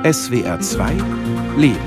SWR 2 Leben.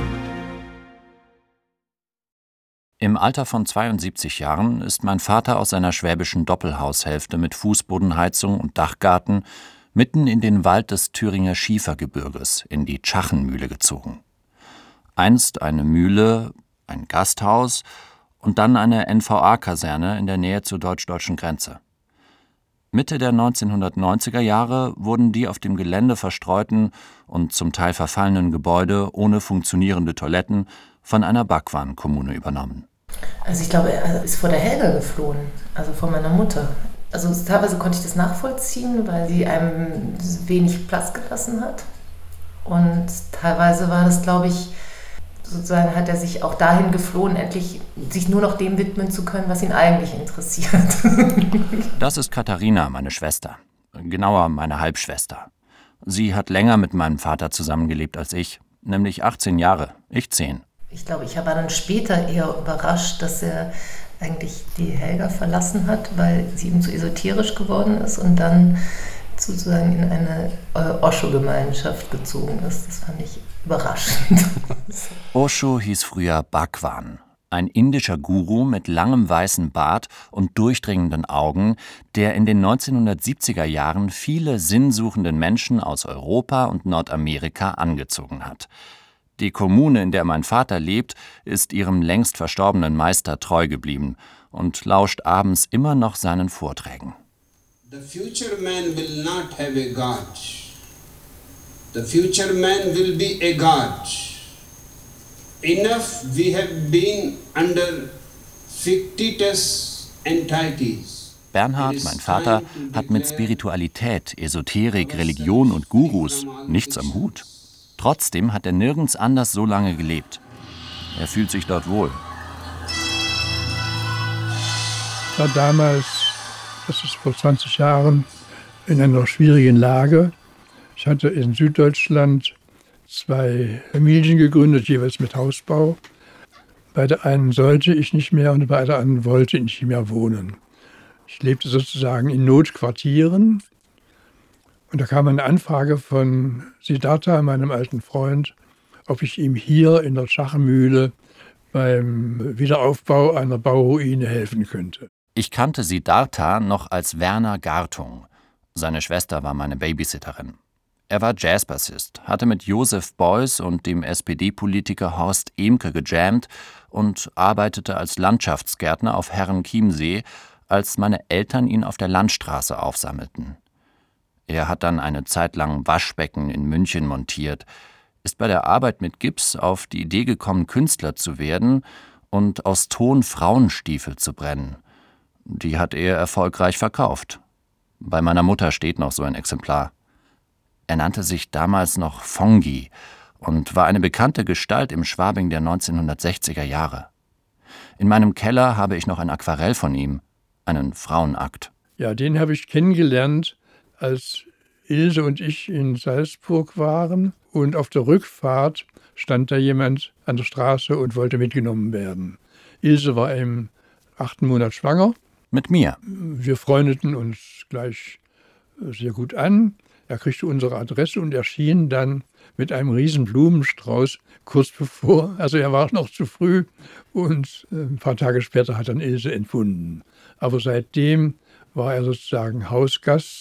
Im Alter von 72 Jahren ist mein Vater aus seiner schwäbischen Doppelhaushälfte mit Fußbodenheizung und Dachgarten mitten in den Wald des Thüringer Schiefergebirges in die Tschachenmühle gezogen. Einst eine Mühle, ein Gasthaus und dann eine NVA-Kaserne in der Nähe zur deutsch-deutschen Grenze. Mitte der 1990er Jahre wurden die auf dem Gelände verstreuten und zum Teil verfallenen Gebäude ohne funktionierende Toiletten von einer Bhagwan-Kommune übernommen. Also ich glaube, er ist vor der Helga geflohen, also vor meiner Mutter. Also teilweise konnte ich das nachvollziehen, weil sie einem wenig Platz gelassen hat. Und teilweise war das, glaube ich, sozusagen hat er sich auch dahin geflohen, endlich sich nur noch dem widmen zu können, was ihn eigentlich interessiert. Das ist Katharina, meine Schwester. Genauer, meine Halbschwester. Sie hat länger mit meinem Vater zusammengelebt als ich, nämlich 18 Jahre, ich 10. Ich glaube, ich war dann später eher überrascht, dass er eigentlich die Helga verlassen hat, weil sie ihm zu esoterisch geworden ist und dann sozusagen in eine Osho-Gemeinschaft gezogen ist. Das fand ich überraschend. Osho hieß früher Bhagwan, ein indischer Guru mit langem weißen Bart und durchdringenden Augen, der in den 1970er Jahren viele sinnsuchenden Menschen aus Europa und Nordamerika angezogen hat. Die Kommune, in der mein Vater lebt, ist ihrem längst verstorbenen Meister treu geblieben und lauscht abends immer noch seinen Vorträgen. The future man will not have a God. The future man will be a God. Enough we have been under fictitious entities. Bernhard, mein Vater, hat mit Spiritualität, Esoterik, Religion und Gurus nichts am Hut. Trotzdem hat er nirgends anders so lange gelebt. Er fühlt sich dort wohl. Ich war damals, das ist vor 20 Jahren, in einer schwierigen Lage. Ich hatte in Süddeutschland 2 Familien gegründet, jeweils mit Hausbau. Bei der einen sollte ich nicht mehr und bei der anderen wollte ich nicht mehr wohnen. Ich lebte sozusagen in Notquartieren. Und da kam eine Anfrage von Siddhartha, meinem alten Freund, ob ich ihm hier in der Tschachenmühle beim Wiederaufbau einer Bauruine helfen könnte. Ich kannte Siddhartha noch als Werner Gartung. Seine Schwester war meine Babysitterin. Er war Jazzbassist, hatte mit Joseph Beuys und dem SPD-Politiker Horst Ehmke gejammt und arbeitete als Landschaftsgärtner auf Herrenchiemsee, als meine Eltern ihn auf der Landstraße aufsammelten. Er hat dann eine Zeit lang Waschbecken in München montiert, ist bei der Arbeit mit Gips auf die Idee gekommen, Künstler zu werden und aus Ton Frauenstiefel zu brennen. Die hat er erfolgreich verkauft. Bei meiner Mutter steht noch so ein Exemplar. Er nannte sich damals noch Fongi und war eine bekannte Gestalt im Schwabing der 1960er Jahre. In meinem Keller habe ich noch ein Aquarell von ihm, einen Frauenakt. Ja, den habe ich kennengelernt, als Ilse und ich in Salzburg waren und auf der Rückfahrt stand da jemand an der Straße und wollte mitgenommen werden. Ilse war im 8. Monat schwanger. Mit mir. Wir freundeten uns gleich sehr gut an. Er kriegte unsere Adresse und erschien dann mit einem riesen Blumenstrauß kurz bevor. Also er war noch zu früh und ein paar Tage später hat dann Ilse entbunden. Aber seitdem war er sozusagen Hausgast.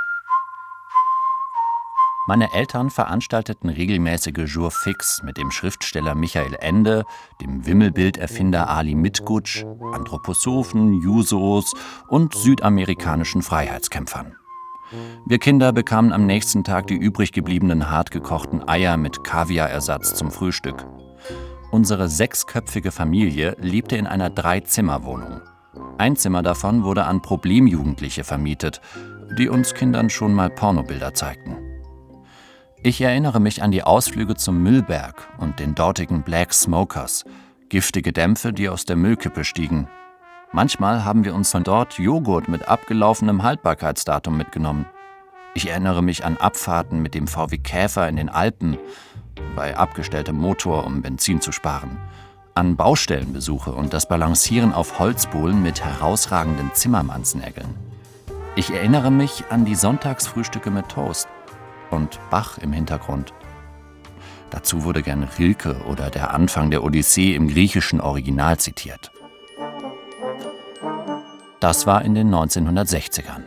Meine Eltern veranstalteten regelmäßige Jour fix mit dem Schriftsteller Michael Ende, dem Wimmelbilderfinder Ali Mitgutsch, Anthroposophen, Jusos und südamerikanischen Freiheitskämpfern. Wir Kinder bekamen am nächsten Tag die übrig gebliebenen hartgekochten Eier mit Kaviarersatz zum Frühstück. Unsere 6-köpfige Familie lebte in einer 3-Zimmer-Wohnung. Ein Zimmer davon wurde an Problemjugendliche vermietet, die uns Kindern schon mal Pornobilder zeigten. Ich erinnere mich an die Ausflüge zum Müllberg und den dortigen Black Smokers, giftige Dämpfe, die aus der Müllkippe stiegen. Manchmal haben wir uns von dort Joghurt mit abgelaufenem Haltbarkeitsdatum mitgenommen. Ich erinnere mich an Abfahrten mit dem VW Käfer in den Alpen, bei abgestelltem Motor, um Benzin zu sparen, an Baustellenbesuche und das Balancieren auf Holzbohlen mit herausragenden Zimmermannsnägeln. Ich erinnere mich an die Sonntagsfrühstücke mit Toast und Bach im Hintergrund. Dazu wurde gern Rilke oder der Anfang der Odyssee im griechischen Original zitiert. Das war in den 1960ern.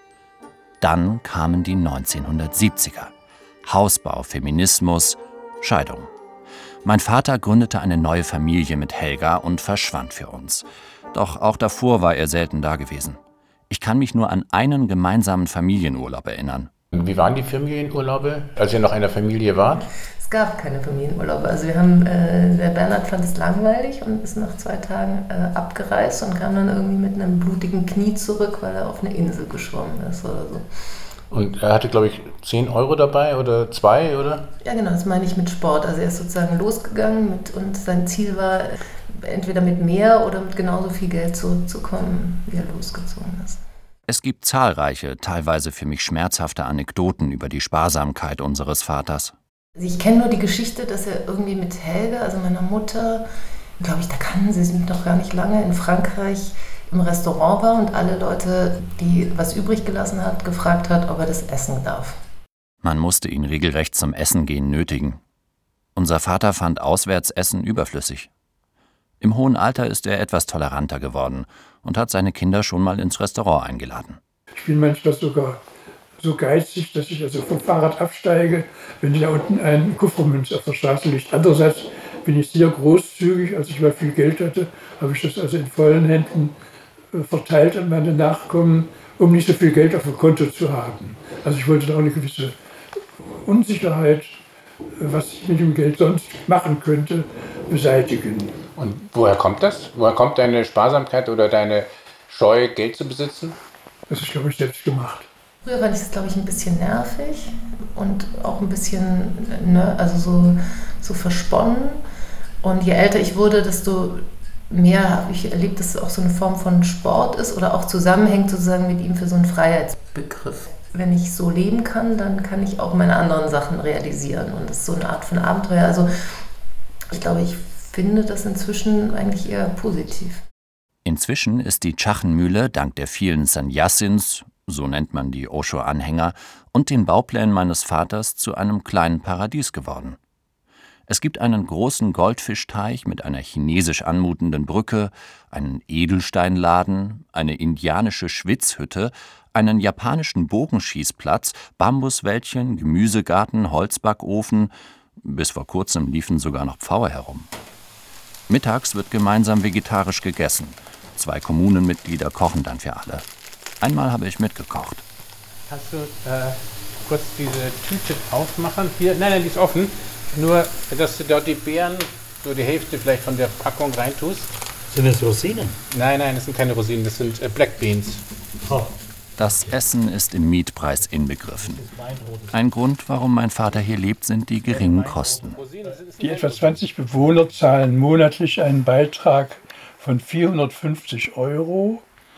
Dann kamen die 1970er. Hausbau, Feminismus, Scheidung. Mein Vater gründete eine neue Familie mit Helga und verschwand für uns. Doch auch davor war er selten da gewesen. Ich kann mich nur an einen gemeinsamen Familienurlaub erinnern. Wie waren die Familienurlaube, als ihr noch in der Familie wart? Es gab keine Familienurlaube. Also wir haben, der Bernhard fand es langweilig und ist nach 2 Tagen abgereist und kam dann irgendwie mit einem blutigen Knie zurück, weil er auf eine Insel geschwommen ist oder so. Und er hatte, glaube ich, 10 Euro dabei oder 2, oder? Ja, genau, das meine ich mit Sport. Also er ist sozusagen losgegangen und sein Ziel war, entweder mit mehr oder mit genauso viel Geld zurückzukommen, wie er losgezogen ist. Es gibt zahlreiche, teilweise für mich schmerzhafte Anekdoten über die Sparsamkeit unseres Vaters. Also ich kenne nur die Geschichte, dass er irgendwie mit Helga, also meiner Mutter, glaube ich, da kannten sie sich noch gar nicht lange, in Frankreich im Restaurant war und alle Leute, die was übrig gelassen hat, gefragt hat, ob er das essen darf. Man musste ihn regelrecht zum Essen gehen nötigen. Unser Vater fand Auswärtsessen überflüssig. Im hohen Alter ist er etwas toleranter geworden und hat seine Kinder schon mal ins Restaurant eingeladen. Ich bin manchmal sogar so geizig, dass ich also vom Fahrrad absteige, wenn da unten ein Kupfermünz auf der Straße liegt. Andererseits bin ich sehr großzügig, als ich mal viel Geld hatte, habe ich das also in vollen Händen verteilt an meine Nachkommen, um nicht so viel Geld auf dem Konto zu haben. Also ich wollte da auch eine gewisse Unsicherheit, was ich mit dem Geld sonst machen könnte, beseitigen. Und woher kommt das? Woher kommt deine Sparsamkeit oder deine Scheu, Geld zu besitzen? Das ist, glaube ich, selbst gemacht. Früher fand ich das, glaube ich, ein bisschen nervig und auch ein bisschen, also so versponnen. Und je älter ich wurde, desto mehr habe ich erlebt, dass es auch so eine Form von Sport ist oder auch zusammenhängt sozusagen mit ihm für so einen Freiheitsbegriff. Wenn ich so leben kann, dann kann ich auch meine anderen Sachen realisieren und das ist so eine Art von Abenteuer. Also ich glaube, ich finde das inzwischen eigentlich eher positiv. Inzwischen ist die Tschachenmühle dank der vielen Sannyasins, so nennt man die Osho-Anhänger, und den Bauplänen meines Vaters zu einem kleinen Paradies geworden. Es gibt einen großen Goldfischteich mit einer chinesisch anmutenden Brücke, einen Edelsteinladen, eine indianische Schwitzhütte, einen japanischen Bogenschießplatz, Bambuswäldchen, Gemüsegarten, Holzbackofen. Bis vor kurzem liefen sogar noch Pfauer herum. Mittags wird gemeinsam vegetarisch gegessen. 2 Kommunenmitglieder kochen dann für alle. Einmal habe ich mitgekocht. Kannst du kurz diese Tüte aufmachen? Hier, nein, die ist offen. Nur, dass du dort die Beeren, so die Hälfte vielleicht von der Packung reintust. Sind das Rosinen? Nein, das sind keine Rosinen, das sind Black Beans. Oh. Das Essen ist im Mietpreis inbegriffen. Ein Grund, warum mein Vater hier lebt, sind die geringen Kosten. Die etwa 20 Bewohner zahlen monatlich einen Beitrag von 450 €.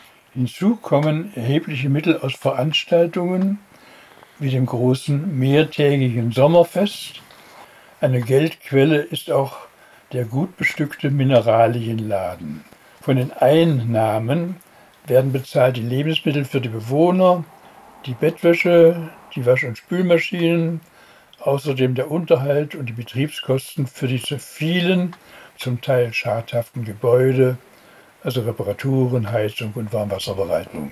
Hinzu kommen erhebliche Mittel aus Veranstaltungen wie dem großen mehrtägigen Sommerfest. Eine Geldquelle ist auch der gut bestückte Mineralienladen. Von den Einnahmen werden bezahlt die Lebensmittel für die Bewohner, die Bettwäsche, die Wasch- und Spülmaschinen, außerdem der Unterhalt und die Betriebskosten für die zu vielen, zum Teil schadhaften Gebäude, also Reparaturen, Heizung und Warmwasserbereitung.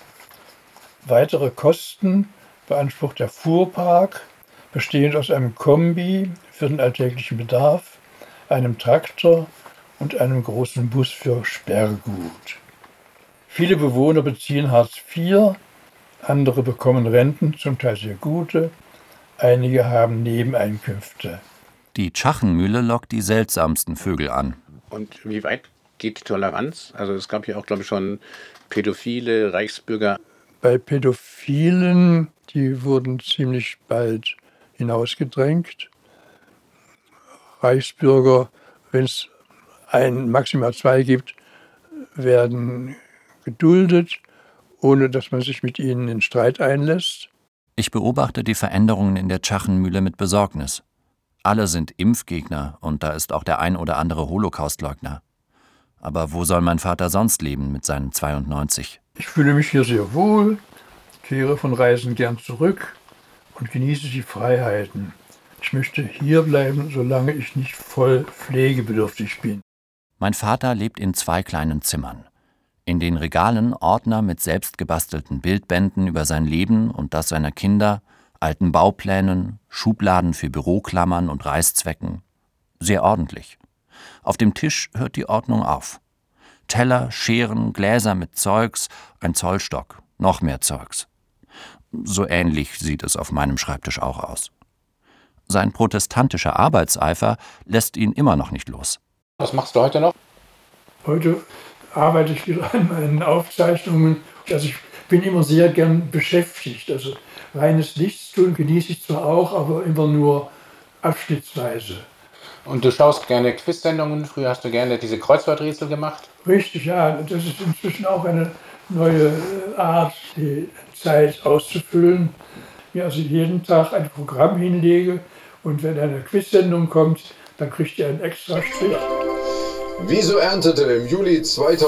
Weitere Kosten beansprucht der Fuhrpark, bestehend aus einem Kombi für den alltäglichen Bedarf, einem Traktor und einem großen Bus für Sperrgut. Viele Bewohner beziehen Hartz IV, andere bekommen Renten, zum Teil sehr gute, einige haben Nebeneinkünfte. Die Tschachenmühle lockt die seltsamsten Vögel an. Und wie weit geht die Toleranz? Also es gab ja auch, glaube ich, schon Pädophile, Reichsbürger. Bei Pädophilen, die wurden ziemlich bald hinausgedrängt. Reichsbürger, wenn es maximal 2 gibt, werden geduldet, ohne dass man sich mit ihnen in Streit einlässt. Ich beobachte die Veränderungen in der Tschachenmühle mit Besorgnis. Alle sind Impfgegner und da ist auch der ein oder andere Holocaustleugner. Aber wo soll mein Vater sonst leben mit seinen 92? Ich fühle mich hier sehr wohl, kehre von Reisen gern zurück und genieße die Freiheiten. Ich möchte hier bleiben, solange ich nicht voll pflegebedürftig bin. Mein Vater lebt in 2 kleinen Zimmern. In den Regalen Ordner mit selbstgebastelten Bildbänden über sein Leben und das seiner Kinder, alten Bauplänen, Schubladen für Büroklammern und Reißzwecken. Sehr ordentlich. Auf dem Tisch hört die Ordnung auf. Teller, Scheren, Gläser mit Zeugs, ein Zollstock, noch mehr Zeugs. So ähnlich sieht es auf meinem Schreibtisch auch aus. Sein protestantischer Arbeitseifer lässt ihn immer noch nicht los. Was machst du heute noch? Heute arbeite ich wieder an meinen Aufzeichnungen. Also ich bin immer sehr gern beschäftigt. Also reines Nichtstun genieße ich zwar auch, aber immer nur abschnittsweise. Und du schaust gerne Quiz-Sendungen. Früher hast du gerne diese Kreuzworträtsel gemacht. Richtig, ja. Das ist inzwischen auch eine neue Art, die Zeit auszufüllen. Mir also jeden Tag ein Programm hinlege und wenn eine Quiz-Sendung kommt, dann kriegt ihr einen Extrastrich. Wieso erntete im Juli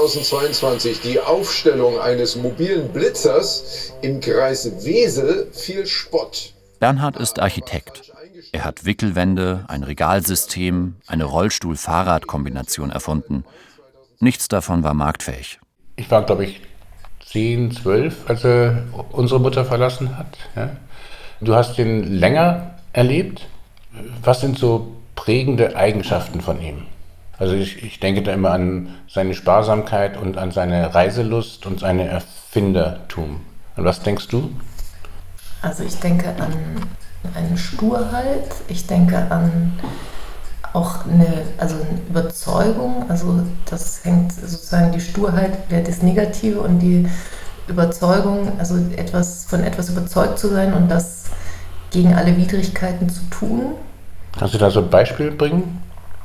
2022 die Aufstellung eines mobilen Blitzers im Kreis Wesel viel Spott? Bernhard ist Architekt. Er hat Wickelwände, ein Regalsystem, eine Rollstuhl-Fahrrad-Kombination erfunden. Nichts davon war marktfähig. Ich war, glaube ich, 10, 12, als er unsere Mutter verlassen hat. Ja? Du hast ihn länger erlebt. Was sind so prägende Eigenschaften von ihm? Also ich denke da immer an seine Sparsamkeit und an seine Reiselust und seine Erfindertum. An was denkst du? Also ich denke an eine Sturheit, ich denke an auch eine Überzeugung, also das hängt sozusagen die Sturheit, wäre das Negative und die Überzeugung, also von etwas überzeugt zu sein und das gegen alle Widrigkeiten zu tun. Kannst du da so ein Beispiel bringen?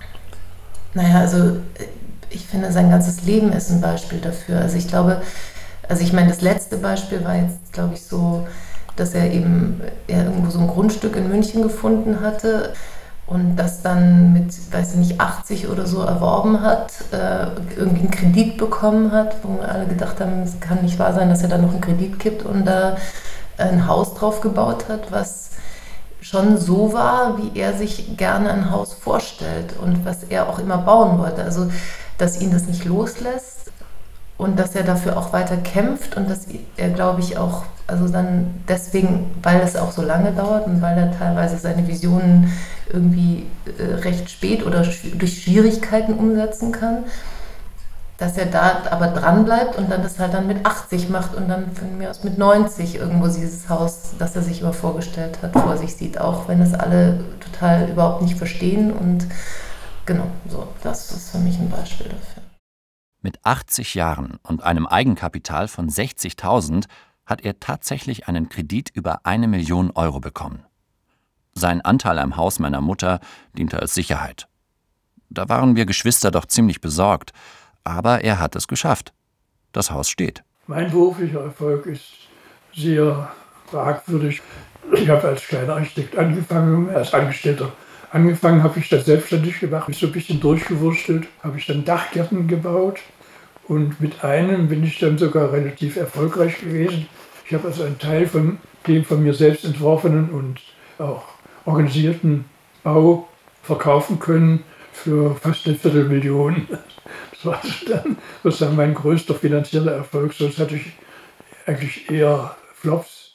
Naja, also ich finde, sein ganzes Leben ist ein Beispiel dafür. Also ich glaube, das letzte Beispiel war jetzt, glaube ich, so, dass er irgendwo so ein Grundstück in München gefunden hatte und das dann mit, 80 oder so erworben hat, irgendwie einen Kredit bekommen hat, wo alle gedacht haben, es kann nicht wahr sein, dass er da noch einen Kredit gibt und da ein Haus drauf gebaut hat, was schon so war, wie er sich gerne ein Haus vorstellt und was er auch immer bauen wollte. Also, dass ihn das nicht loslässt und dass er dafür auch weiter kämpft und dass er, glaube ich, auch, also dann deswegen, weil es auch so lange dauert und weil er teilweise seine Visionen irgendwie recht spät oder durch Schwierigkeiten umsetzen kann, dass er da aber dran bleibt und dann das halt dann mit 80 macht und dann von mir aus mit 90 irgendwo dieses Haus, das er sich immer vorgestellt hat, vor sich sieht, auch wenn es alle total überhaupt nicht verstehen und genau, so, das ist für mich ein Beispiel dafür. Mit 80 Jahren und einem Eigenkapital von 60.000 hat er tatsächlich einen Kredit über 1 Million Euro bekommen. Sein Anteil am Haus meiner Mutter diente als Sicherheit. Da waren wir Geschwister doch ziemlich besorgt. Aber er hat es geschafft. Das Haus steht. Mein beruflicher Erfolg ist sehr fragwürdig. Ich habe als kleiner Architekt angefangen, als Angestellter angefangen, habe ich das selbstständig gemacht, bin so ein bisschen durchgewurstelt, habe ich dann Dachgärten gebaut und mit einem bin ich dann sogar relativ erfolgreich gewesen. Ich habe also einen Teil von dem von mir selbst entworfenen und auch organisierten Bau verkaufen können für fast 250.000. Das war dann sozusagen mein größter finanzieller Erfolg, sonst hatte ich eigentlich eher Flops.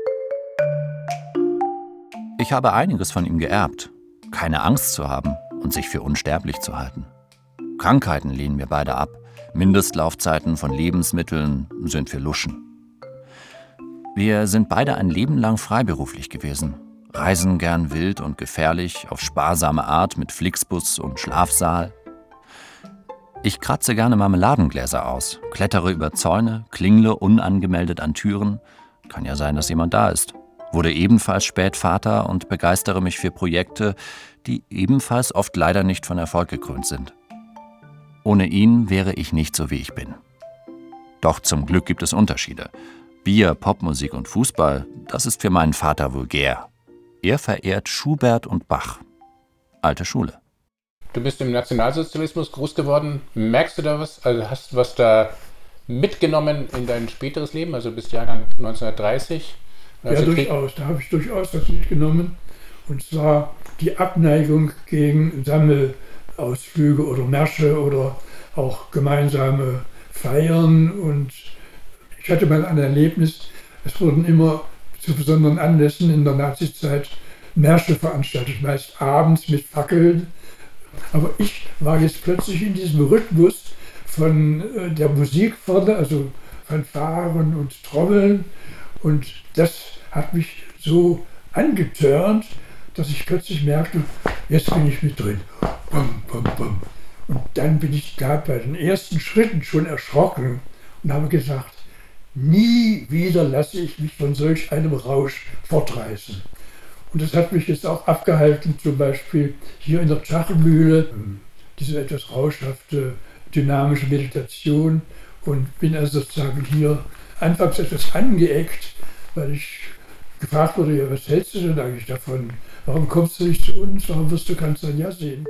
Ich habe einiges von ihm geerbt. Keine Angst zu haben und sich für unsterblich zu halten. Krankheiten lehnen wir beide ab. Mindestlaufzeiten von Lebensmitteln sind für Luschen. Wir sind beide ein Leben lang freiberuflich gewesen. Reisen gern wild und gefährlich, auf sparsame Art mit Flixbus und Schlafsaal. Ich kratze gerne Marmeladengläser aus, klettere über Zäune, klingle unangemeldet an Türen. Kann ja sein, dass jemand da ist. Wurde ebenfalls spät Vater und begeistere mich für Projekte, die ebenfalls oft leider nicht von Erfolg gekrönt sind. Ohne ihn wäre ich nicht so, wie ich bin. Doch zum Glück gibt es Unterschiede. Bier, Popmusik und Fußball, das ist für meinen Vater vulgär. Er verehrt Schubert und Bach. Alte Schule. Du bist im Nationalsozialismus groß geworden. Merkst du da was? Also hast du was da mitgenommen in dein späteres Leben? Also bis Jahrgang 1930? Ja, durchaus. Da habe ich durchaus was mitgenommen. Und zwar die Abneigung gegen Sammelausflüge oder Märsche oder auch gemeinsame Feiern. Und ich hatte mal ein Erlebnis, es wurden immer zu besonderen Anlässen in der Nazizeit Märsche veranstaltet, meist abends mit Fackeln. Aber ich war jetzt plötzlich in diesem Rhythmus von der Musik vorne, also Fanfaren und Trommeln. Und das hat mich so angetörnt, dass ich plötzlich merkte, jetzt bin ich mit drin. Bum, bum, bum. Und dann bin ich da bei den ersten Schritten schon erschrocken und habe gesagt, nie wieder lasse ich mich von solch einem Rausch fortreißen. Und das hat mich jetzt auch abgehalten, zum Beispiel hier in der Tschachenmühle, diese etwas rauschhafte, dynamische Meditation, und bin also sozusagen hier anfangs etwas angeeckt, weil ich gefragt wurde, ja, was hältst du denn eigentlich davon? Warum kommst du nicht zu uns? Warum wirst du kein Sanja sehen?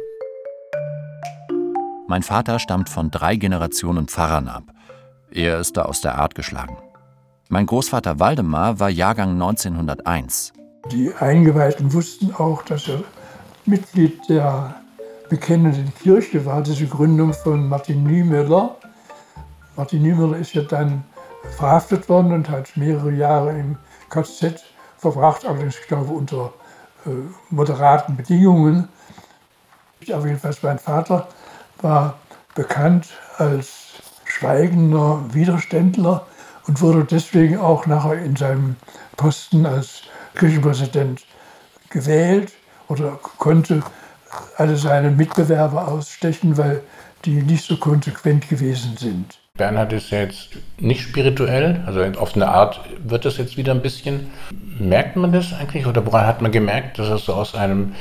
Mein Vater stammt von 3 Generationen Pfarrern ab. Er ist da aus der Art geschlagen. Mein Großvater Waldemar war Jahrgang 1901. Die Eingeweihten wussten auch, dass er Mitglied der Bekennenden Kirche war, diese Gründung von Martin Niemöller. Martin Niemöller ist ja dann verhaftet worden und hat mehrere Jahre im KZ verbracht, allerdings, ich glaube, unter moderaten Bedingungen. Aber jedenfalls mein Vater war bekannt als schweigender Widerständler und wurde deswegen auch nachher in seinem Posten als Kirchenpräsident gewählt oder konnte alle seine Mitbewerber ausstechen, weil die nicht so konsequent gewesen sind. Bernhard ist ja jetzt nicht spirituell, also auf eine Art wird das jetzt wieder ein bisschen. Merkt man das eigentlich oder woran hat man gemerkt, dass es so aus einem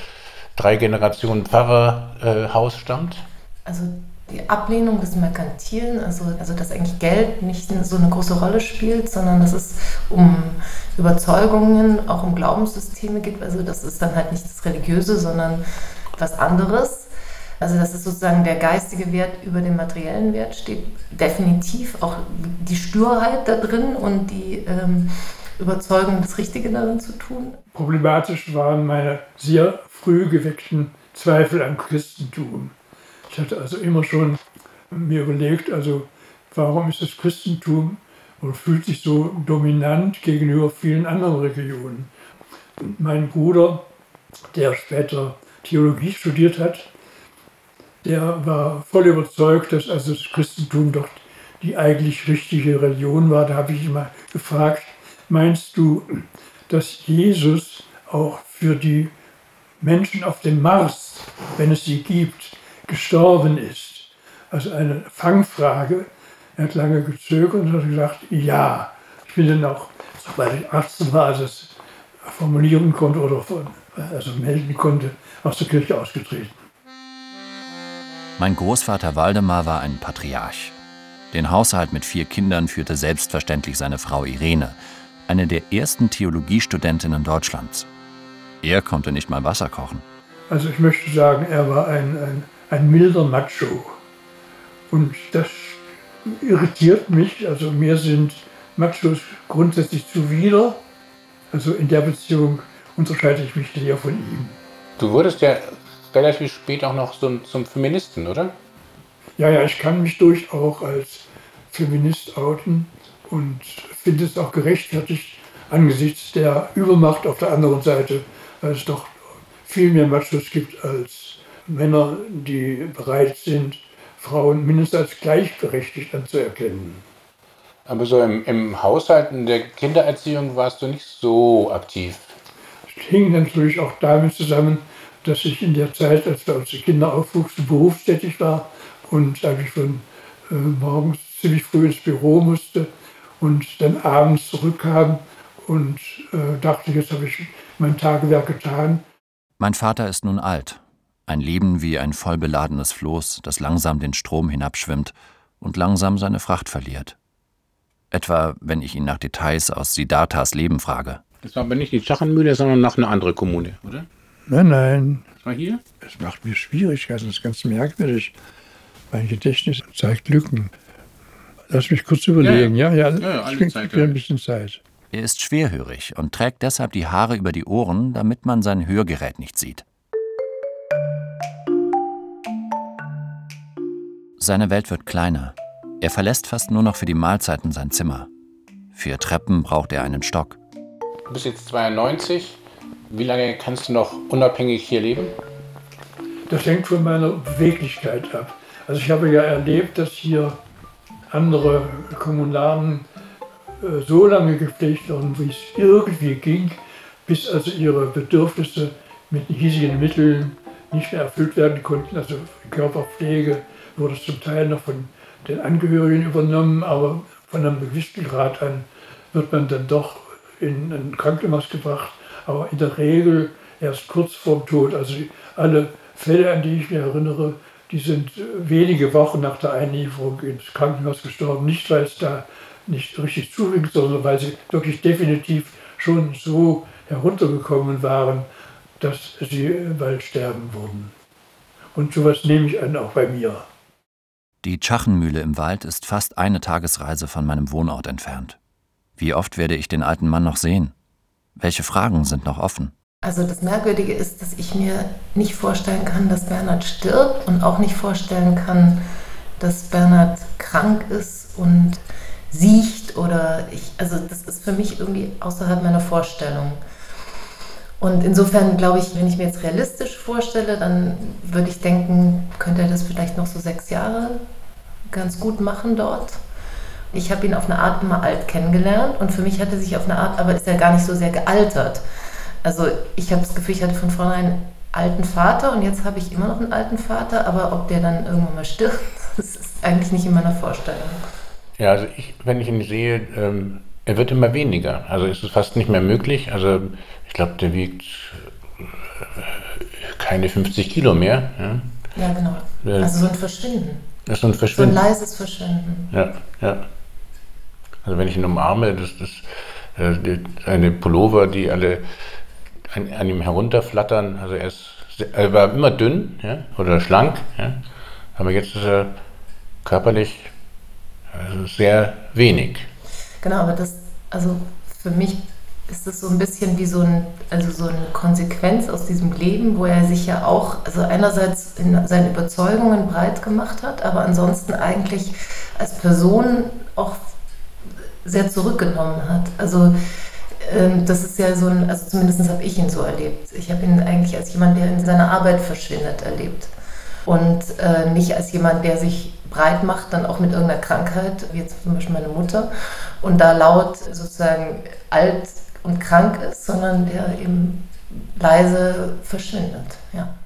3-Generationen-Pfarrerhaus stammt? Also die Ablehnung des Merkantilen, also dass eigentlich Geld nicht so eine große Rolle spielt, sondern dass es um Überzeugungen, auch um Glaubenssysteme geht. Also das ist dann halt nicht das Religiöse, sondern was anderes. Also dass es sozusagen der geistige Wert über dem materiellen Wert steht. Definitiv auch die Sturheit da drin und die Überzeugung, das Richtige darin zu tun. Problematisch waren meine sehr früh geweckten Zweifel am Christentum. Ich hatte also immer schon mir überlegt, also warum ist das Christentum oder fühlt sich so dominant gegenüber vielen anderen Religionen. Und mein Bruder, der später Theologie studiert hat, der war voll überzeugt, dass also das Christentum doch die eigentlich richtige Religion war. Da habe ich ihn mal gefragt, meinst du, dass Jesus auch für die Menschen auf dem Mars, wenn es sie gibt, gestorben ist? Also eine Fangfrage. Er hat lange gezögert und hat gesagt, ja. Ich bin dann auch, weil ich 18 war, als es formulieren konnte oder also melden konnte, aus der Kirche ausgetreten. Mein Großvater Waldemar war ein Patriarch. Den Haushalt mit 4 Kindern führte selbstverständlich seine Frau Irene, eine der ersten Theologiestudentinnen Deutschlands. Er konnte nicht mal Wasser kochen. Also ich möchte sagen, er war ein milder Macho. Und das irritiert mich. Also mir sind Machos grundsätzlich zuwider. Also in der Beziehung unterscheide ich mich sehr von ihm. Du wurdest ja relativ spät auch noch zum Feministen, oder? Ja, ich kann mich durchaus als Feminist outen und finde es auch gerechtfertigt angesichts der Übermacht auf der anderen Seite, weil es doch viel mehr Machos gibt als Männer, die bereit sind, Frauen mindestens als gleichberechtigt anzuerkennen. Aber so im Haushalt, in der Kindererziehung warst du nicht so aktiv. Es hing natürlich auch damit zusammen, dass ich in der Zeit, als bei uns die Kinder aufwuchsen, berufstätig war und eigentlich von morgens ziemlich früh ins Büro musste und dann abends zurückkam und dachte, jetzt habe ich mein Tagewerk getan. Mein Vater ist nun alt. Ein Leben wie ein vollbeladenes Floß, das langsam den Strom hinabschwimmt und langsam seine Fracht verliert. Etwa, wenn ich ihn nach Details aus Siddharthas Leben frage. Das war aber nicht die Tschachenmühle, sondern noch eine andere Kommune, oder? Nein. Das war hier? Es macht mir Schwierigkeiten, das ist ganz merkwürdig. Mein Gedächtnis zeigt Lücken. Lass mich kurz überlegen. Ja, alle ich bin Zeit, ein bisschen Zeit. Er ist schwerhörig und trägt deshalb die Haare über die Ohren, damit man sein Hörgerät nicht sieht. Seine Welt wird kleiner. Er verlässt fast nur noch für die Mahlzeiten sein Zimmer. Für Treppen braucht er einen Stock. Du bist jetzt 92. Wie lange kannst du noch unabhängig hier leben? Das hängt von meiner Beweglichkeit ab. Also ich habe ja erlebt, dass hier andere Kommunaren so lange gepflegt wurden, wie es irgendwie ging, bis also ihre Bedürfnisse mit hiesigen Mitteln nicht mehr erfüllt werden konnten. Also Körperpflege wurde zum Teil noch von den Angehörigen übernommen, aber von einem gewissen Grad an wird man dann doch in ein Krankenhaus gebracht, aber in der Regel erst kurz vorm Tod. Also alle Fälle, an die ich mich erinnere, die sind wenige Wochen nach der Einlieferung ins Krankenhaus gestorben. Nicht, weil es da nicht richtig zuging, sondern weil sie wirklich definitiv schon so heruntergekommen waren, dass sie bald sterben würden. Und sowas nehme ich an, auch bei mir. Die Tschachenmühle im Wald ist fast eine Tagesreise von meinem Wohnort entfernt. Wie oft werde ich den alten Mann noch sehen? Welche Fragen sind noch offen? Also das Merkwürdige ist, dass ich mir nicht vorstellen kann, dass Bernhard stirbt und auch nicht vorstellen kann, dass Bernhard krank ist und siecht also das ist für mich irgendwie außerhalb meiner Vorstellung. Und insofern glaube ich, wenn ich mir jetzt realistisch vorstelle, dann würde ich denken, könnte er das vielleicht noch so 6 Jahre ganz gut machen dort. Ich habe ihn auf eine Art immer alt kennengelernt und für mich hat er sich auf eine Art, aber ist er gar nicht so sehr gealtert. Also ich habe das Gefühl, ich hatte von vornherein einen alten Vater und jetzt habe ich immer noch einen alten Vater, aber ob der dann irgendwann mal stirbt, das ist eigentlich nicht in meiner Vorstellung. Ja, also wenn ich ihn sehe, er wird immer weniger. Also ist es fast nicht mehr möglich. Also ich glaube, der wiegt keine 50 Kilo mehr. Ja, ja genau. Also so ein Verschwinden. Das ist so ein Verschwinden. So ein leises Verschwinden. Ja. Also wenn ich ihn umarme, das ist eine Pullover, die alle an ihm herunterflattern. Also er war immer dünn, ja, oder schlank, ja, aber jetzt ist er körperlich sehr wenig. Genau, aber also für mich ist das so ein bisschen wie so eine Konsequenz aus diesem Leben, wo er sich ja auch, also einerseits in seinen Überzeugungen breit gemacht hat, aber ansonsten eigentlich als Person auch sehr zurückgenommen hat. Also das ist ja also zumindest habe ich ihn so erlebt. Ich habe ihn eigentlich als jemand, der in seiner Arbeit verschwindet, erlebt. Und nicht als jemand, der sich breit macht, dann auch mit irgendeiner Krankheit, wie jetzt zum Beispiel meine Mutter, und da laut sozusagen alt und krank ist, sondern der eben leise verschwindet. Ja.